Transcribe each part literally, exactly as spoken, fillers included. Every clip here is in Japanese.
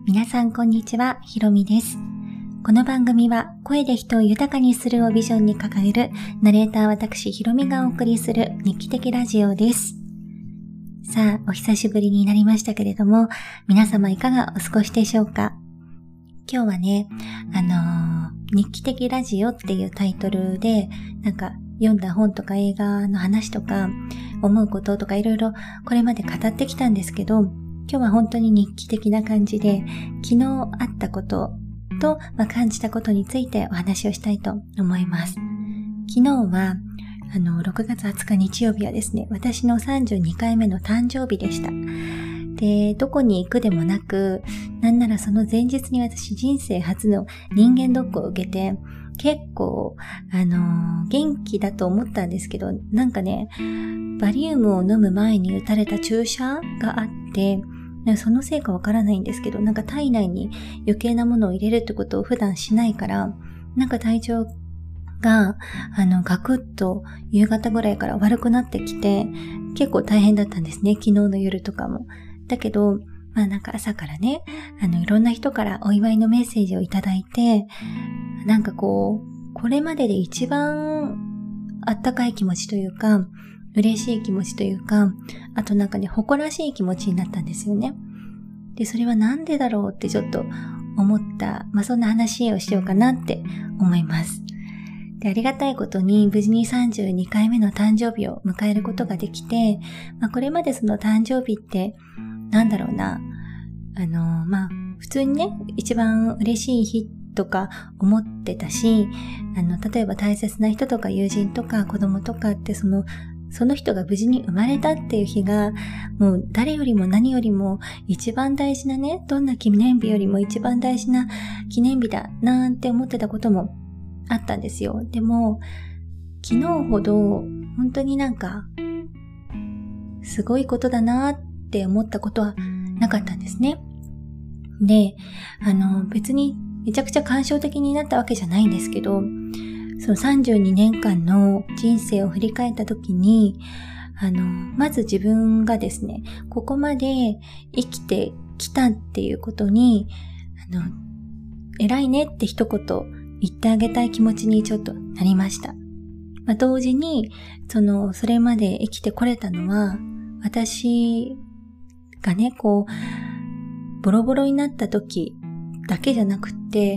皆さんこんにちは、ひろみです。この番組は声で人を豊かにするをビジョンに掲げるナレーター私ひろみがお送りする日記的ラジオです。さあ、お久しぶりになりましたけれども、皆様いかがお過ごしでしょうか。今日はね、あのー、日記的ラジオっていうタイトルで、なんか読んだ本とか映画の話とか思うこととかいろいろこれまで語ってきたんですけど、今日は本当に日記的な感じで、昨日あったことと、まあ、感じたことについてお話をしたいと思います。昨日は、あの、ろくがつはつか日曜日はですね、私のさんじゅうにかいめの誕生日でした。で、どこに行くでもなく、なんならその前日に私人生初の人間ドックを受けて、結構、あのー、元気だと思ったんですけど、なんかね、バリウムを飲む前に打たれた注射があって、そのせいかわからないんですけど、なんか体内に余計なものを入れるってことを普段しないから、なんか体調が、あの、ガクッと夕方ぐらいから悪くなってきて、結構大変だったんですね、昨日の夜とかも。だけど、まあなんか朝からね、あの、いろんな人からお祝いのメッセージをいただいて、なんかこう、これまでで一番あったかい気持ちというか、嬉しい気持ちというか、あとなんかね、誇らしい気持ちになったんですよね。で、それはなんでだろうってちょっと思った、まあそんな話をしようかなって思います。で、ありがたいことに無事にさんじゅうにかいめの誕生日を迎えることができて、まあこれまでその誕生日って、なんだろうな、あの、まあ普通にね、一番嬉しい日とか思ってたし、あの、例えば大切な人とか友人とか子供とかってその、その人が無事に生まれたっていう日が、もう誰よりも何よりも一番大事なね、どんな記念日よりも一番大事な記念日だなんて思ってたこともあったんですよ。でも、昨日ほど本当になんか、すごいことだなって思ったことはなかったんですね。で、あの、別にめちゃくちゃ感傷的になったわけじゃないんですけど、そのさんじゅうにねんかんの人生を振り返ったときに、あの、まず自分がですね、ここまで生きてきたっていうことに、あの、偉いねって一言言ってあげたい気持ちにちょっとなりました。まあ、同時に、その、それまで生きてこれたのは、私がね、こう、ボロボロになった時だけじゃなくって、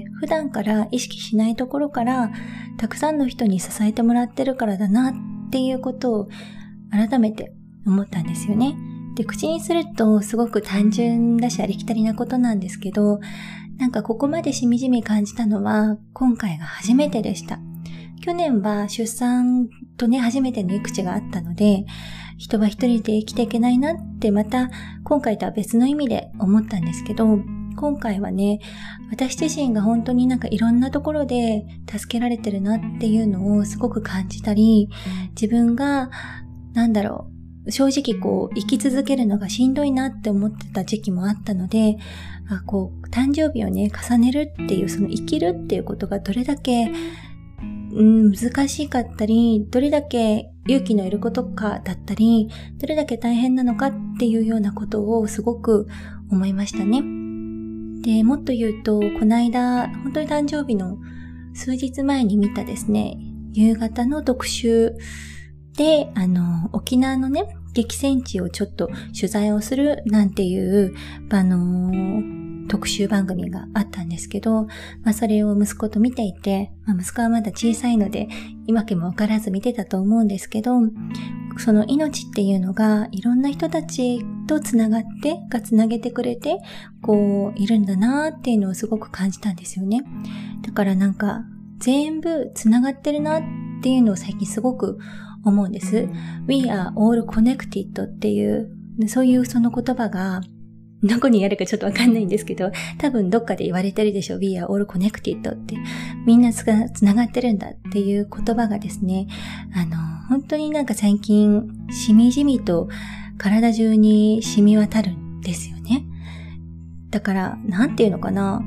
普段から意識しないところから、たくさんの人に支えてもらってるからだなっていうことを改めて思ったんですよね。で、口にするとすごく単純だしありきたりなことなんですけど、なんかここまでしみじみ感じたのは今回が初めてでした。去年は出産とね、初めての育児があったので、人は一人で生きていけないなってまた今回とは別の意味で思ったんですけど、今回はね、私自身が本当になんかいろんなところで助けられてるなっていうのをすごく感じたり、自分が、なんだろう、正直こう生き続けるのがしんどいなって思ってた時期もあったので、あこう誕生日をね、重ねるっていう、その生きるっていうことがどれだけ、うん、難しかったり、どれだけ勇気のいることかだったり、どれだけ大変なのかっていうようなことをすごく思いましたね。で、もっと言うと、この間、本当に誕生日の数日前に見たですね、夕方の特集で、あの、沖縄のね、激戦地をちょっと取材をするなんていう、あの、特集番組があったんですけど、まあそれを息子と見ていて、まあ、息子はまだ小さいので、今けもわからず見てたと思うんですけど、その命っていうのがいろんな人たちとつながって、がつなげてくれて、こう、いるんだなーっていうのをすごく感じたんですよね。だからなんか、全部つながってるなっていうのを最近すごく思うんです。We are all connected っていう、そういうその言葉が、どこにあるかちょっとわかんないんですけど、多分どっかで言われてるでしょう。We are all connected って。みんなつがつながってるんだっていう言葉がですね、あの、本当になんか最近、しみじみと体中に染み渡るんですよね。だから、なんていうのかな、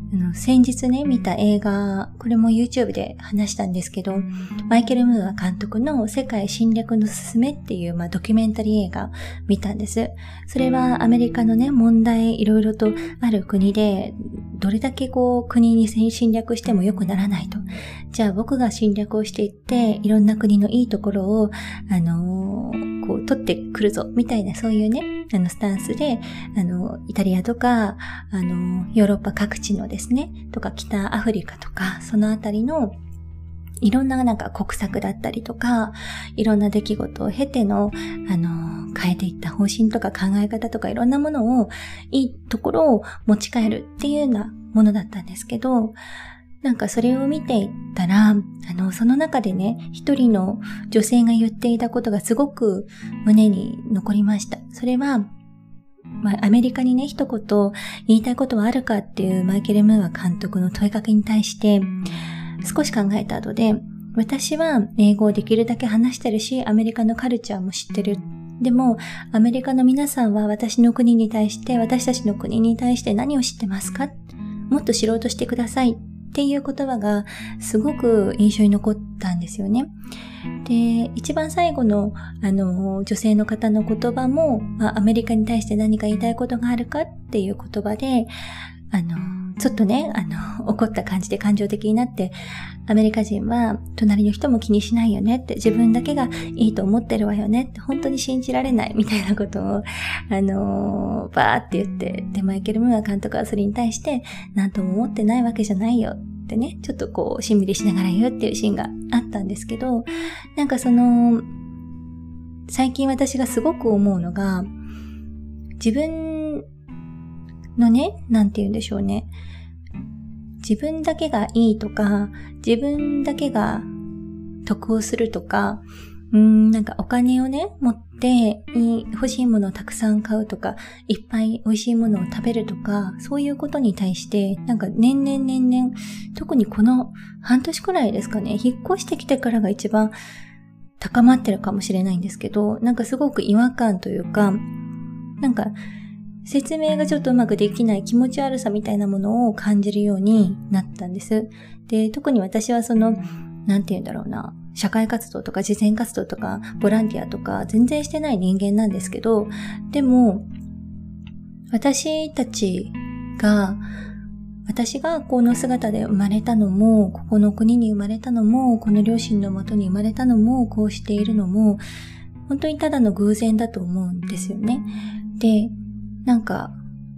あの先日ね、見た映画、これも YouTube で話したんですけど、マイケル・ムーア監督の世界侵略のすすめっていう、まあ、ドキュメンタリー映画を見たんです。それはアメリカのね、問題いろいろとある国で、どれだけこう国に侵略しても良くならないと。じゃあ僕が侵略をしていって、いろんな国のいいところを、あのー、こう取ってくるぞ、みたいなそういうね、あのスタンスで、あの、イタリアとか、あの、ヨーロッパ各地のですね、とか北アフリカとか、そのあたりのいろんななんか国策だったりとか、いろんな出来事を経ての、あの、変えていった方針とか考え方とかいろんなものを、いいところを持ち帰るっていうようなものだったんですけど、なんかそれを見ていったら、あの、その中でね、一人の女性が言っていたことがすごく胸に残りました。それは、まあ、アメリカにね、一言言いたいことはあるかっていうマイケル・ムーア監督の問いかけに対して、少し考えた後で、私は英語をできるだけ話してるし、アメリカのカルチャーも知ってる。でも、アメリカの皆さんは私の国に対して、私たちの国に対して何を知ってますか？もっと知ろうとしてくださいっていう言葉がすごく印象に残ったんですよね。で、一番最後の、あの、女性の方の言葉も、まあ、アメリカに対して何か言いたいことがあるかっていう言葉で、あの、ちょっとね、あの、怒った感じで感情的になって、アメリカ人は隣の人も気にしないよねって、自分だけがいいと思ってるわよねって、本当に信じられないみたいなことを、あの、バーって言って、で、マイケル・ムーア監督はそれに対して、なんとも思ってないわけじゃないよってね、ちょっとこう、しんみりしながら言うっていうシーンがあったんですけど、なんかその、最近私がすごく思うのが、自分のね、なんて言うんでしょうね。自分だけがいいとか、自分だけが得をするとか、うーん、なんかお金をね、持って欲しいものをたくさん買うとか、いっぱい美味しいものを食べるとか、そういうことに対して、なんか年々年々、特にこの半年くらいですかね、引っ越してきてからが一番高まってるかもしれないんですけど、なんかすごく違和感というか、なんか説明がちょっとうまくできない気持ち悪さみたいなものを感じるようになったんです。で、特に私はその、なんて言うんだろうな、社会活動とか慈善活動とかボランティアとか全然してない人間なんですけど、でも、私たちが、私がこの姿で生まれたのも、ここの国に生まれたのも、この両親のもとに生まれたのも、こうしているのも、本当にただの偶然だと思うんですよね。で、なんか、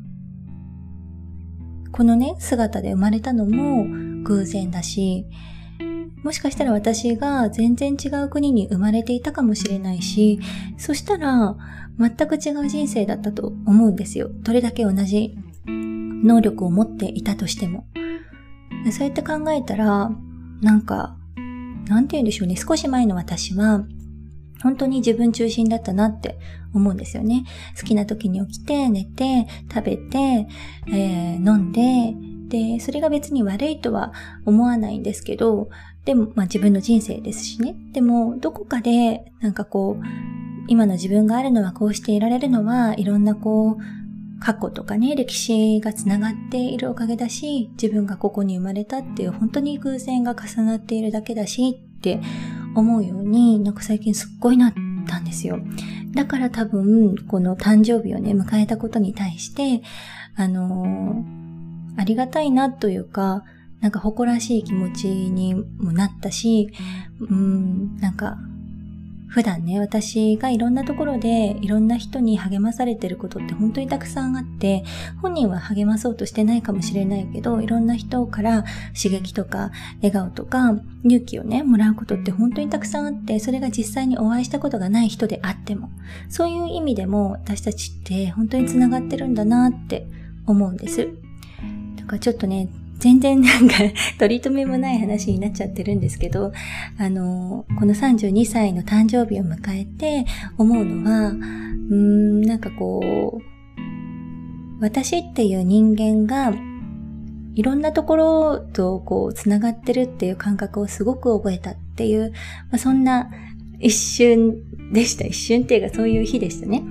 このね、姿で生まれたのも偶然だし、もしかしたら私が全然違う国に生まれていたかもしれないし、そしたら全く違う人生だったと思うんですよ。どれだけ同じ能力を持っていたとしても。そうやって考えたら、なんか、なんて言うんでしょうね、少し前の私は、本当に自分中心だったなって思うんですよね。好きな時に起きて、寝て、食べて、えー、飲んで、で、それが別に悪いとは思わないんですけど、でも、まあ自分の人生ですしね。でも、どこかで、なんかこう、今の自分があるのはこうしていられるのは、いろんなこう、過去とかね、歴史がつながっているおかげだし、自分がここに生まれたっていう本当に偶然が重なっているだけだしって思うように、なんか最近すっごいなったんですよ。だから多分、この誕生日をね、迎えたことに対して、あのー、ありがたいなというか、なんか誇らしい気持ちにもなったし、うーん、なんか、普段ね、私がいろんなところでいろんな人に励まされてることって本当にたくさんあって、本人は励まそうとしてないかもしれないけど、いろんな人から刺激とか笑顔とか勇気をね、もらうことって本当にたくさんあって、それが実際にお会いしたことがない人であっても、そういう意味でも私たちって本当につながってるんだなって思うんです。だからちょっとね、全然なんか取り留めもない話になっちゃってるんですけど、あの、このさんじゅうにさいの誕生日を迎えて思うのは、うーん、なんかこう、私っていう人間がいろんなところとこうつながってるっていう感覚をすごく覚えたっていう、まあ、そんな一瞬でした。一瞬っていうかそういう日でしたね。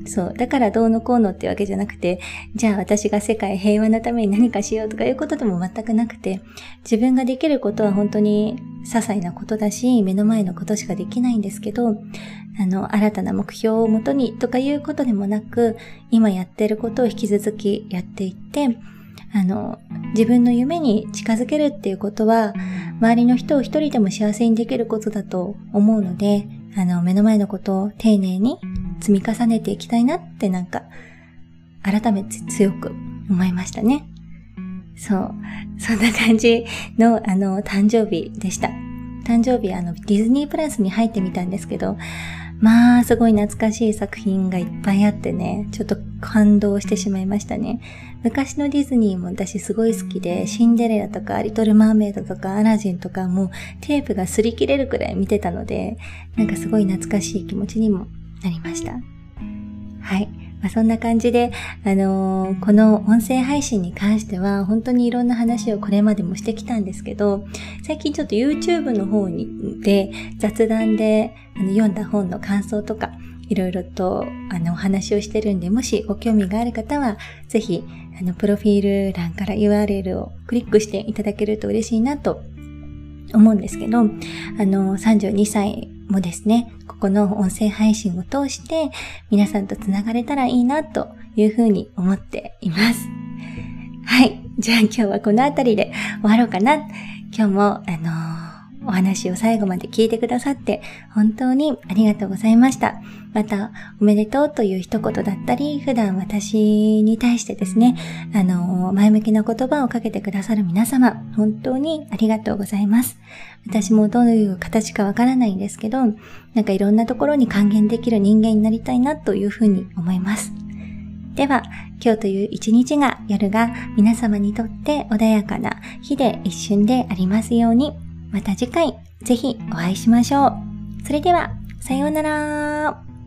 そう。だからどうのこうのってわけじゃなくて、じゃあ私が世界平和のために何かしようとかいうことでも全くなくて、自分ができることは本当に些細なことだし、目の前のことしかできないんですけど、あの、新たな目標をもとにとかいうことでもなく、今やってることを引き続きやっていって、あの、自分の夢に近づけるっていうことは、周りの人を一人でも幸せにできることだと思うので、あの、目の前のことを丁寧に積み重ねていきたいなってなんか、改めて強く思いましたね。そう。そんな感じの、あの、誕生日でした。誕生日、あの、ディズニープラスに入ってみたんですけど、まあ、すごい懐かしい作品がいっぱいあってね、ちょっと感動してしまいましたね。昔のディズニーも私すごい好きで、シンデレラとかリトルマーメイドとかアラジンとかもテープが擦り切れるくらい見てたので、なんかすごい懐かしい気持ちにもなりました。はい。まあ、そんな感じで、あのー、この音声配信に関しては本当にいろんな話をこれまでもしてきたんですけど、最近ちょっと YouTube の方にで雑談であの読んだ本の感想とかいろいろとあのお話をしてるんで、もしご興味がある方はぜひあのプロフィール欄から ユーアールエル をクリックしていただけると嬉しいなと思うんですけど、あのさんじゅうにさいもですね、ここの音声配信を通して皆さんとつながれたらいいなというふうに思っています。はい。じゃあ今日はこのあたりで終わろうかな。今日もあのー、お話を最後まで聞いてくださって本当にありがとうございました。またおめでとうという一言だったり、普段私に対してですね、あのー、前向きな言葉をかけてくださる皆様、本当にありがとうございます。私もどういう形かわからないんですけど、なんかいろんなところに還元できる人間になりたいなというふうに思います。では、今日という一日が、夜が皆様にとって穏やかな日で一瞬でありますように、また次回ぜひお会いしましょう。それでは、さようなら。